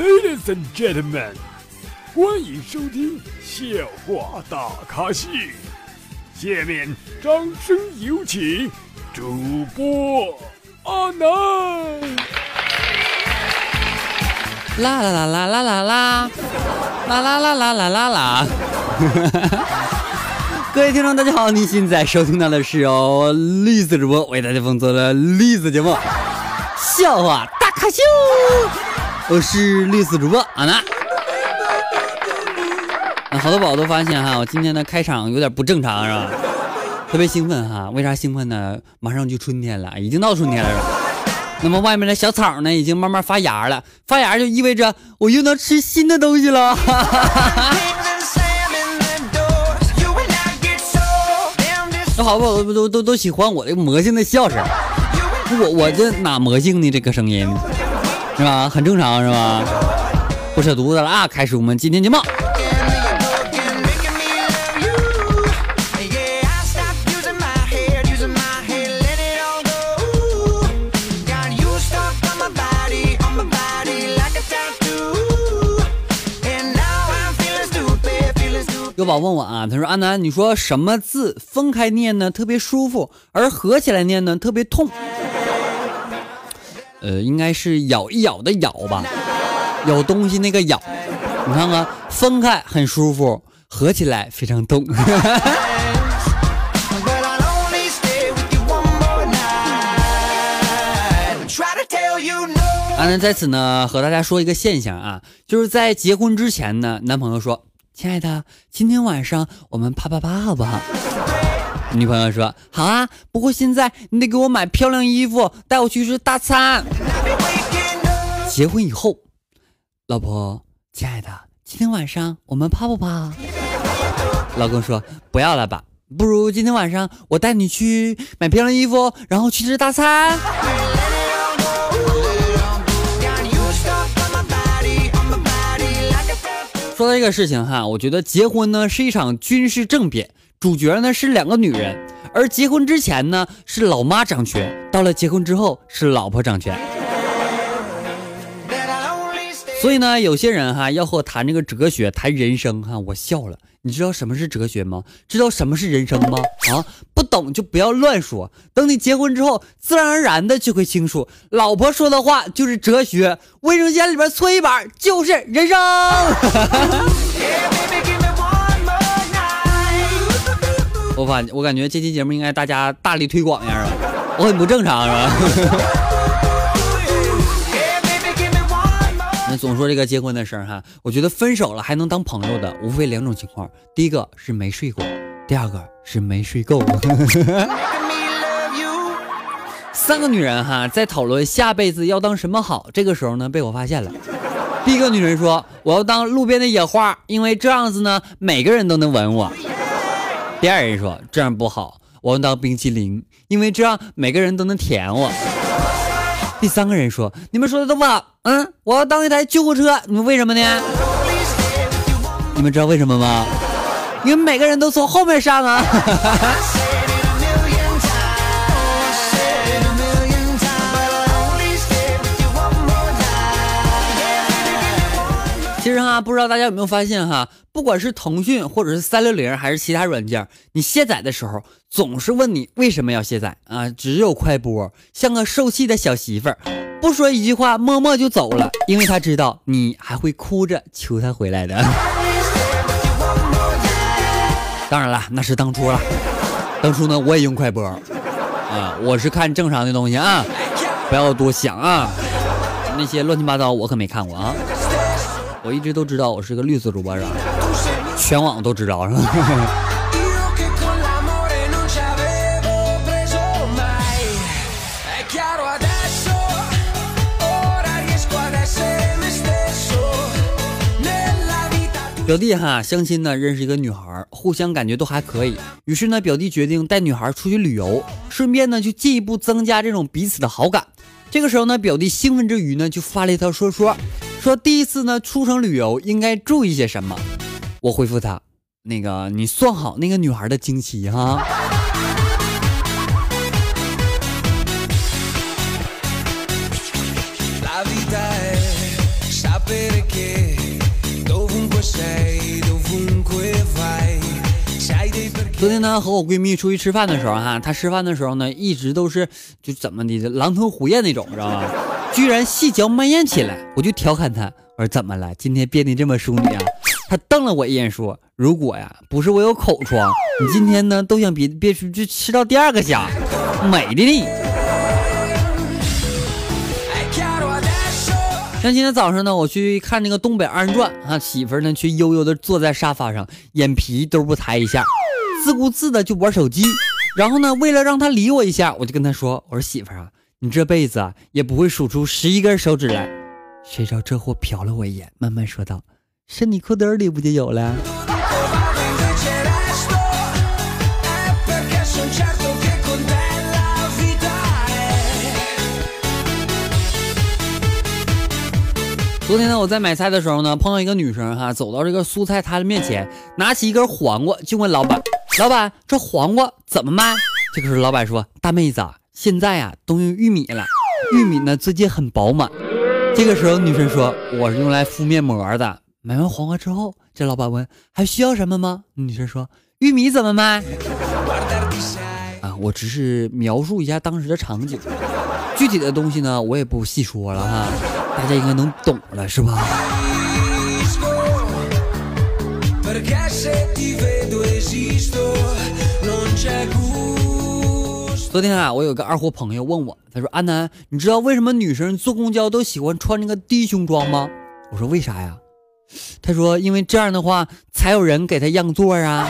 Ladies and gentlemen， 欢迎收听笑话大咖秀。下面掌声有请主播阿南。 啦啦啦啦啦啦啦，啦啦啦啦啦啦啦。各位听众大家好，你现在收听到的是由绿色主播为大家奉送的绿色节目笑话大咖秀，我是绿色主播阿南。好多宝宝都发现哈，我今天的开场有点不正常是吧？特别兴奋哈，为啥兴奋呢？马上就春天了，已经到春天了是吧？那么外面的小草呢，已经慢慢发芽了，发芽就意味着我又能吃新的东西了。那好不好？都喜欢我这个魔性的笑声，我这哪魔性呢？这个声音是吧？很正常是吧？不扯犊子了啊！开始我们今天节目。有宝问我啊，他说阿南，你说什么字分开念呢特别舒服，而合起来念呢特别痛？应该是咬一咬的咬吧，咬东西那个咬。你看看，分开很舒服，合起来非常痛。阿南在此呢和大家说一个现象啊，就是在结婚之前呢，男朋友说，亲爱的，今天晚上我们啪啪啪好不好？女朋友说好啊，不过现在你得给我买漂亮衣服，带我去吃大餐。结婚以后，老婆，亲爱的，今天晚上我们啪不啪？老公说不要了吧，不如今天晚上我带你去买漂亮衣服，然后去吃大餐。说到这个事情哈，我觉得结婚呢是一场军事政变，主角呢是两个女人，而结婚之前呢是老妈掌权，到了结婚之后是老婆掌权。所以呢，有些人哈要和我谈这个哲学，谈人生哈，我笑了。你知道什么是哲学吗？知道什么是人生吗？啊，不懂就不要乱说。等你结婚之后，自然而然的就会清楚，老婆说的话就是哲学，卫生间里边搓衣板就是人生。我感觉这期节目应该大家大力推广一下啊，我很不正常是吧？总说这个结婚的事儿哈，我觉得分手了还能当朋友的无非两种情况，第一个是没睡过，第二个是没睡够。三个女人哈在讨论下辈子要当什么好，这个时候呢被我发现了。第一个女人说，我要当路边的野花，因为这样子呢每个人都能闻我。第二人说，这样不好，我要当冰淇淋，因为这样每个人都能舔我。第三个人说，你们说的都不好，我要当一台救护车，你们为什么呢？你们知道为什么吗？因为每个人都从后面上啊。其实哈，不知道大家有没有发现哈，不管是腾讯或者是360还是其他软件，你卸载的时候总是问你为什么要卸载啊？只有快播像个受气的小媳妇儿，不说一句话默默就走了，因为他知道你还会哭着求他回来的。当然了，那是当初了，当初呢我也用快播啊，我是看正常的东西啊，不要多想啊，那些乱七八糟我可没看过啊。我一直都知道我是个绿色主播是吧？全网都知道是吧？表弟哈相亲呢认识一个女孩，互相感觉都还可以，于是呢表弟决定带女孩出去旅游，顺便呢就进一步增加这种彼此的好感。这个时候呢表弟兴奋之余呢就发了一条说第一次呢出城旅游应该注意些什么。我回复他，那个你算好那个女孩的经期哈。La vita è sapere 昨天呢和我闺蜜出去吃饭的时候她吃饭的时候呢一直都是就怎么的狼吞虎咽那种，知道吗？居然细嚼慢咽起来，我就调侃她，我说怎么了？今天变得这么淑女啊？她瞪了我一眼说，如果呀不是我有口疮，你今天呢都想别就吃到第2个虾，美的你。像今天早上呢，我去看那个东北二人转媳妇呢却悠悠的坐在沙发上，眼皮都不抬一下，自顾自的就玩手机。然后呢，为了让她理我一下，我就跟她说，我说媳妇你这辈子也不会数出11根手指来。谁知道这货瞟了我一眼，慢慢说道，是你裤兜里不就有了？昨天呢，我在买菜的时候呢，碰到一个女生走到这个蔬菜摊的面前，拿起一根黄瓜就问老板，老板这黄瓜怎么卖？这个时候老板说，大妹子现在都用玉米了，玉米呢最近很饱满。这个时候女生说，我是用来敷面膜的。买完黄瓜之后，这老板问，还需要什么吗？女生说，玉米怎么卖？我只是描述一下当时的场景，具体的东西呢我也不细说了大家应该能懂了是吧？昨天我有个二货朋友问我，他说，安南，你知道为什么女生坐公交都喜欢穿那个低胸装吗？我说为啥呀？他说因为这样的话才有人给他让座啊。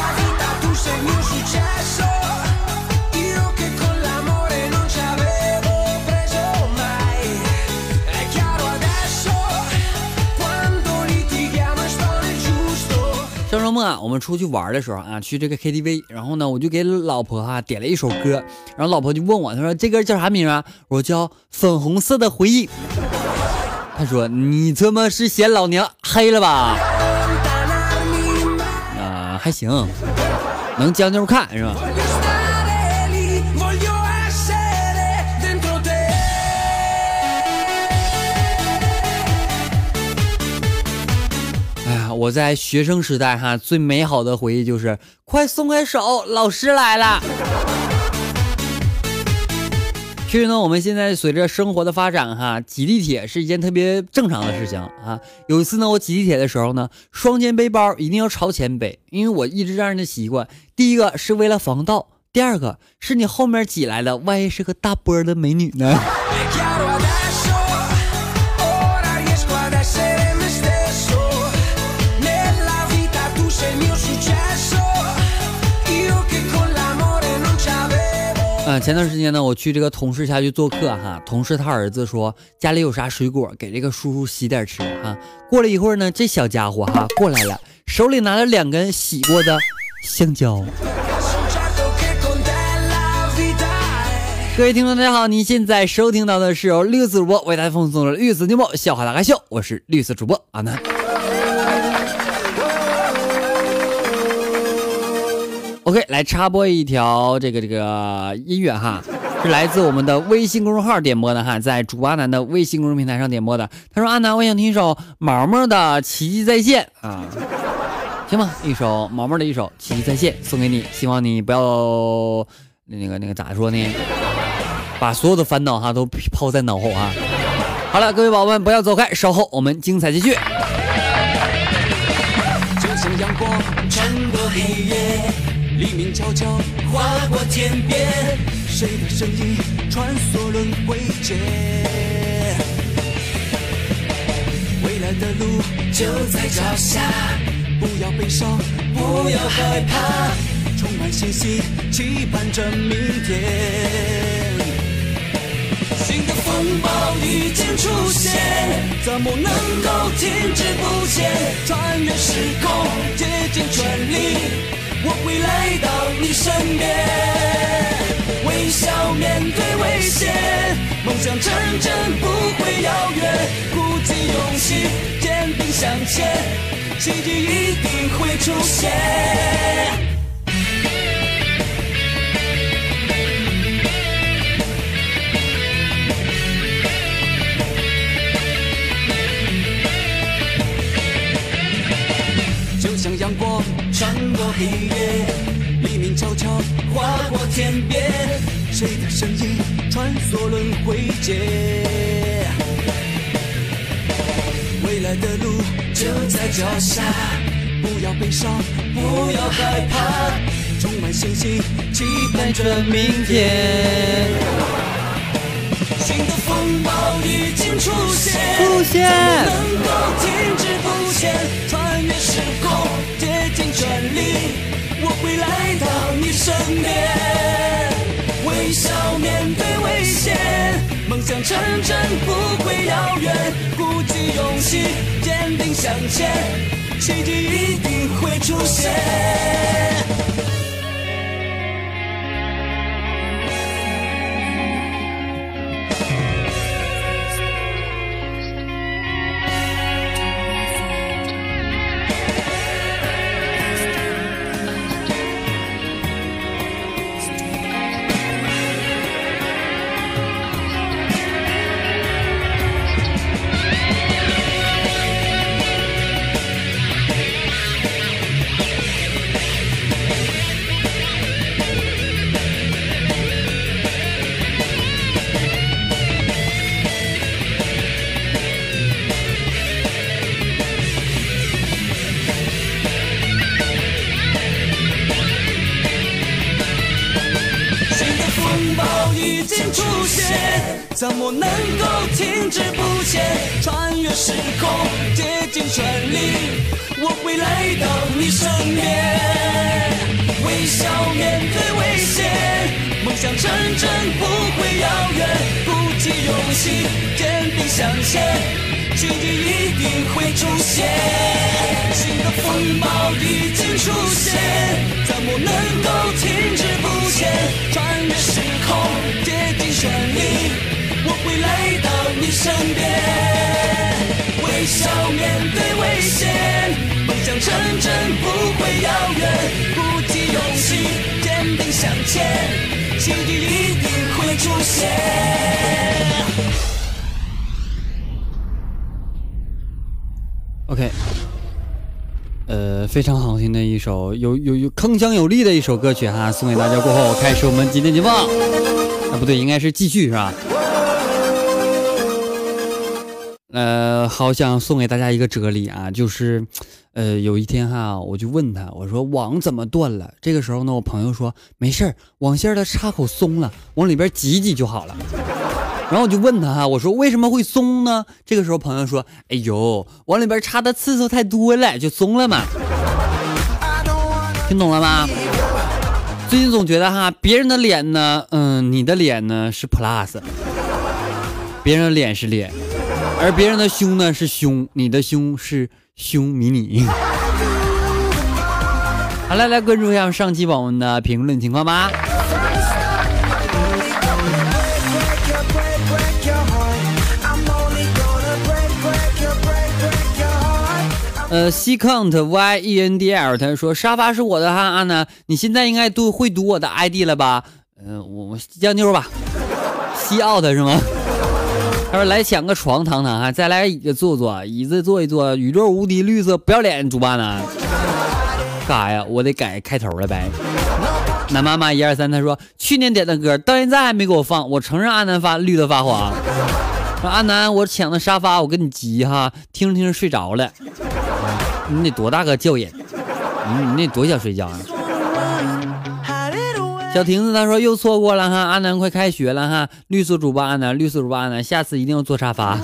上周末我们出去玩的时候去这个 KTV， 然后呢我就给老婆点了一首歌，然后老婆就问我，她说这歌叫啥名啊？我叫粉红色的回忆。她说你他妈是嫌老娘黑了吧？还行，能将就看是吧？我在学生时代最美好的回忆就是快松开手，老师来了。其实呢，我们现在随着生活的发展挤地铁是一件特别正常的事情有一次呢，我挤地铁的时候呢，双肩背包一定要朝前背，因为我一直这样的习惯。第一个是为了防盗，第二个是你后面挤来的，万一是个大波的美女呢？前段时间呢，我去这个同事家去做客同事他儿子说家里有啥水果给这个叔叔洗点吃过了一会儿呢，这小家伙过来了，手里拿了2根洗过的香蕉。各位听众大家好，您现在收听到的是由绿色主播为大家奉送的绿色节目笑话大咖秀，我是绿色主播阿南。OK， 来插播一条这个音乐是来自我们的微信公众号点播的在主播阿南的微信公众平台上点播的。他说，阿南，我想听一首毛毛的奇迹再现行吧，一首毛毛的一首奇迹再现送给你，希望你不要那个咋说呢，把所有的烦恼都抛在脑后好了，各位宝宝们不要走开，稍后我们精彩继续。 就像阳光穿过黑夜，黎明悄悄划过天边，谁的声音穿梭轮回间，未来的路就在脚下，不要悲伤，不要害怕，充满信心，期盼着明天。新的风暴已经出现，怎么能够停滞不前？穿越时空，竭尽全力，我会来到你身边，微笑面对危险，梦想成真不会遥远，鼓起勇气，坚定向前，奇迹一定会出现。 像阳光穿过黑夜，黎明悄悄划过天边，谁的身影穿梭轮回间？未来的路就在脚下，不要悲伤，不要害怕，充满信心，期盼着明天。新的风暴已经出现，怎么能够停止不前？穿越时空，竭尽全力，我会来到你身边。微笑面对危险，梦想成真不会遥远。鼓起勇气，坚定向前，奇迹一定会出现。已经出现，怎么能够停止不前？穿越时空，竭尽全力，我会来到你身边。微笑面对危险，梦想成真不会遥远。鼓起勇气，坚定向前，奇迹一定会出现。新的风暴已经出现，怎么能够停止不前？穿越时空，竭尽全力，我会来到你身边。微笑面对危险，梦想成真不会遥远。鼓起勇气，坚定向前，奇迹一定会出现。 OK， 非常好听的一首有铿锵有力的一首歌曲哈，送给大家过后，开始我们今天节目。不对，应该是继续是吧？好想送给大家一个哲理啊，就是有一天哈，我就问他，我说网怎么断了？这个时候呢，我朋友说没事儿，网线的插口松了，往里边挤挤就好了。然后我就问他哈，我说为什么会松呢？这个时候朋友说，哎呦，往里边插的次数太多了，就松了嘛。听懂了吗？最近总觉得哈，别人的脸呢，你的脸呢是 plus， 别人的脸是脸，而别人的胸呢是胸，你的胸是胸迷你。好了，来关注一下上期网文的评论情况吧。Ccount YENDL 他说沙发是我的哈，安娜你现在应该会读我的 ID 了吧？我酱妞吧，西奥的是吗？他说来抢个床躺躺哈，再来个椅子坐坐，椅子坐一坐，宇宙无敌绿色不要脸主办呢？干啥呀？我得改开头了呗。那妈妈123他说去年点的歌到现在还没给我放，我承认安南发绿的发黄。说安南我抢的沙发我跟你急哈，听着听着睡着了。你得多大个觉瘾？你得多想睡觉啊！小亭子他说又错过了哈，阿南快开学了哈，绿色主播阿南，绿色主播阿南，下次一定要坐沙发。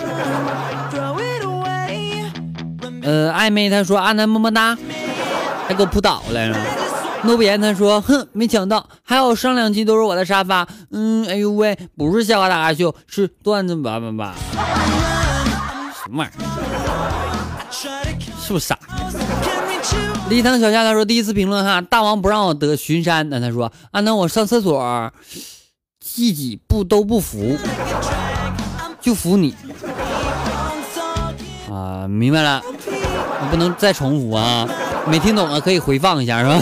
暧昧他说阿南么么哒，还给我扑倒了。诺比言他说哼，没抢到，还有上2期都是我的沙发。哎呦喂，不是笑话大咖秀，是段子吧，什么玩意儿？是不是傻？立汤小夏他说第一次评论哈，大王不让我得巡山，那他说啊，那我上厕所几几步都不服，就服你啊，明白了，不能再重复啊，没听懂的可以回放一下是吧？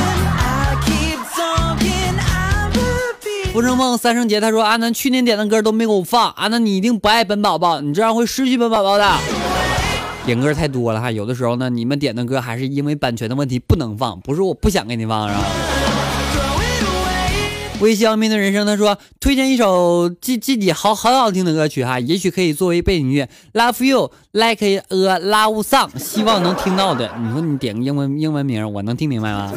浮生梦三生节他说阿南去年点的歌都没给我放，阿南你一定不爱本宝宝，你这样会失去本宝宝的。 点歌太多了哈，有的时候呢，你们点的歌还是因为版权的问题不能放，不是我不想给你放，是吧？微笑面对人生，他说推荐一首自己好听的歌曲哈，也许可以作为背景音乐 Love You Like a Love Song， 希望能听到的。你说你点个英文名，我能听明白吗？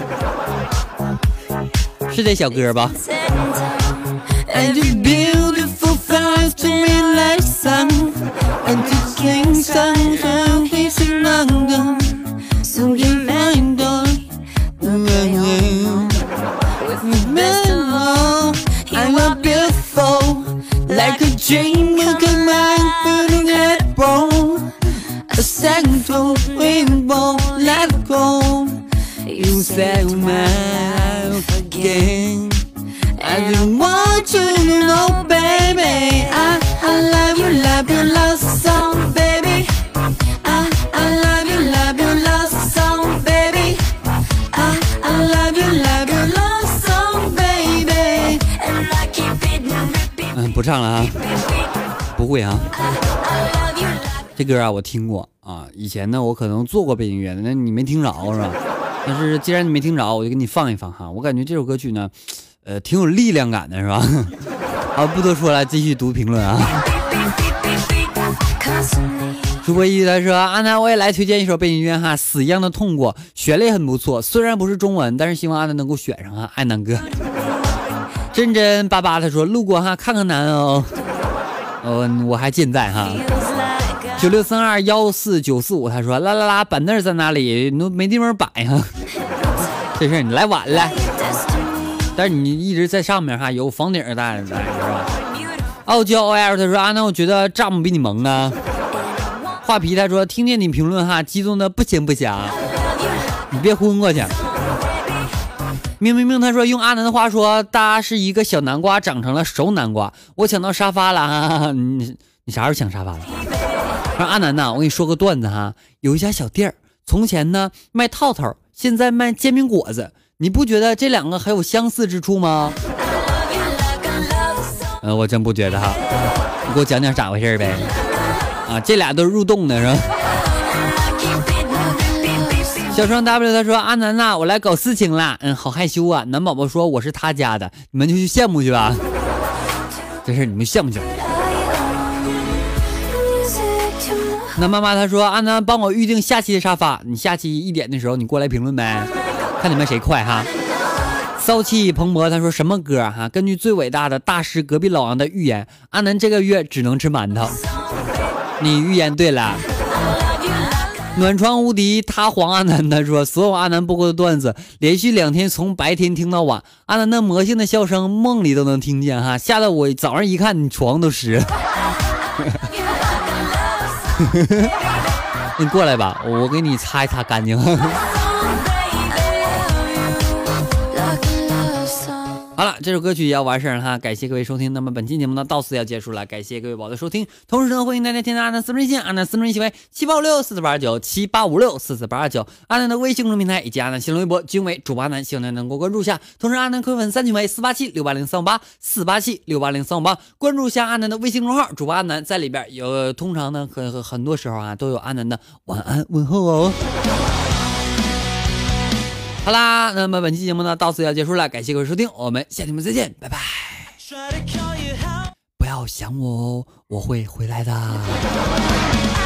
是这小歌吧？And the beautiful flowers to me like sun, and the king's son who is in London, so you mind with me, I'm a beautiful, like a dream, look at my burning head bone, a central rainbow, let go, you say my again.I just want you to know, baby, I love you, love you, love song, baby. I love you, love you, love song, baby. I love you, love you, love song, baby. And I keep it repeat. 不唱了啊，不会啊。这歌啊，我听过啊。以前呢，我可能做过背景音乐的，那你没听着是吧？但是既然你没听着，我就给你放一放哈。我感觉这首歌曲呢。挺有力量感的是吧？好，不多说了，继续读评论啊。主播一他说阿南，我也来推荐一首背景音乐哈，死一样的痛过，旋律很不错，虽然不是中文，但是希望阿南能够选上啊，爱南哥。真真巴巴他说路过哈，看看南哦，我还健在哈。96321495他说啦啦啦，板凳在哪里？都没地方摆哈。这事你来晚了。但是你一直在上面哈，有房顶带是吧？傲娇 OL 他说啊，那我觉得丈母比你萌啊。画皮他说听见你评论哈，激动的不行不行，你别昏过去。明他说用阿南的话说，他是一个小南瓜长成了熟南瓜，我抢到沙发了哈。你啥时候抢沙发了？说阿南呐，我跟你说个段子哈，有一家小店儿，从前呢卖套套，现在卖煎饼果子。你不觉得这两个还有相似之处吗？我真不觉得哈，你给我讲讲咋回事呗？啊，这俩都是入洞的是吧？小双 W 他说阿南呐，我来搞事情了，好害羞啊。男宝宝说我是他家的，你们就去羡慕去吧。这事你们羡慕去。那妈妈他说阿南帮我预定下期的沙发，你下期1点的时候你过来评论呗。看你们谁快哈！骚气蓬勃他说什么歌哈？根据最伟大的大师隔壁老王的预言，阿南这个月只能吃馒头。你预言对了。暖床无敌他黄阿南他说所有阿南播过的段子，连续2天从白天听到晚，阿南的魔性的笑声梦里都能听见哈，吓得我早上一看你床都湿了。你过来吧，我给你擦一擦干净。好了，这首歌曲也要完事儿了哈，感谢各位收听。那么本期节目呢到此要结束了，感谢各位宝的收听。同时呢，欢迎大家添加阿南私人微信，阿南私人微信为785644897859，阿南的微信公众平台以及阿南新浪微博均为主播阿南，希望大家能够关注一下。同时阿南科粉3群为487680358，487680358，关注一下阿南的微信公众号，主播阿南在里边有，通常呢很多时候啊都有阿南的晚安问候哦。好啦，那么本期节目呢到此要结束了，感谢各位收听，我们下期节目再见，拜拜。不要想我哦，我会回来的。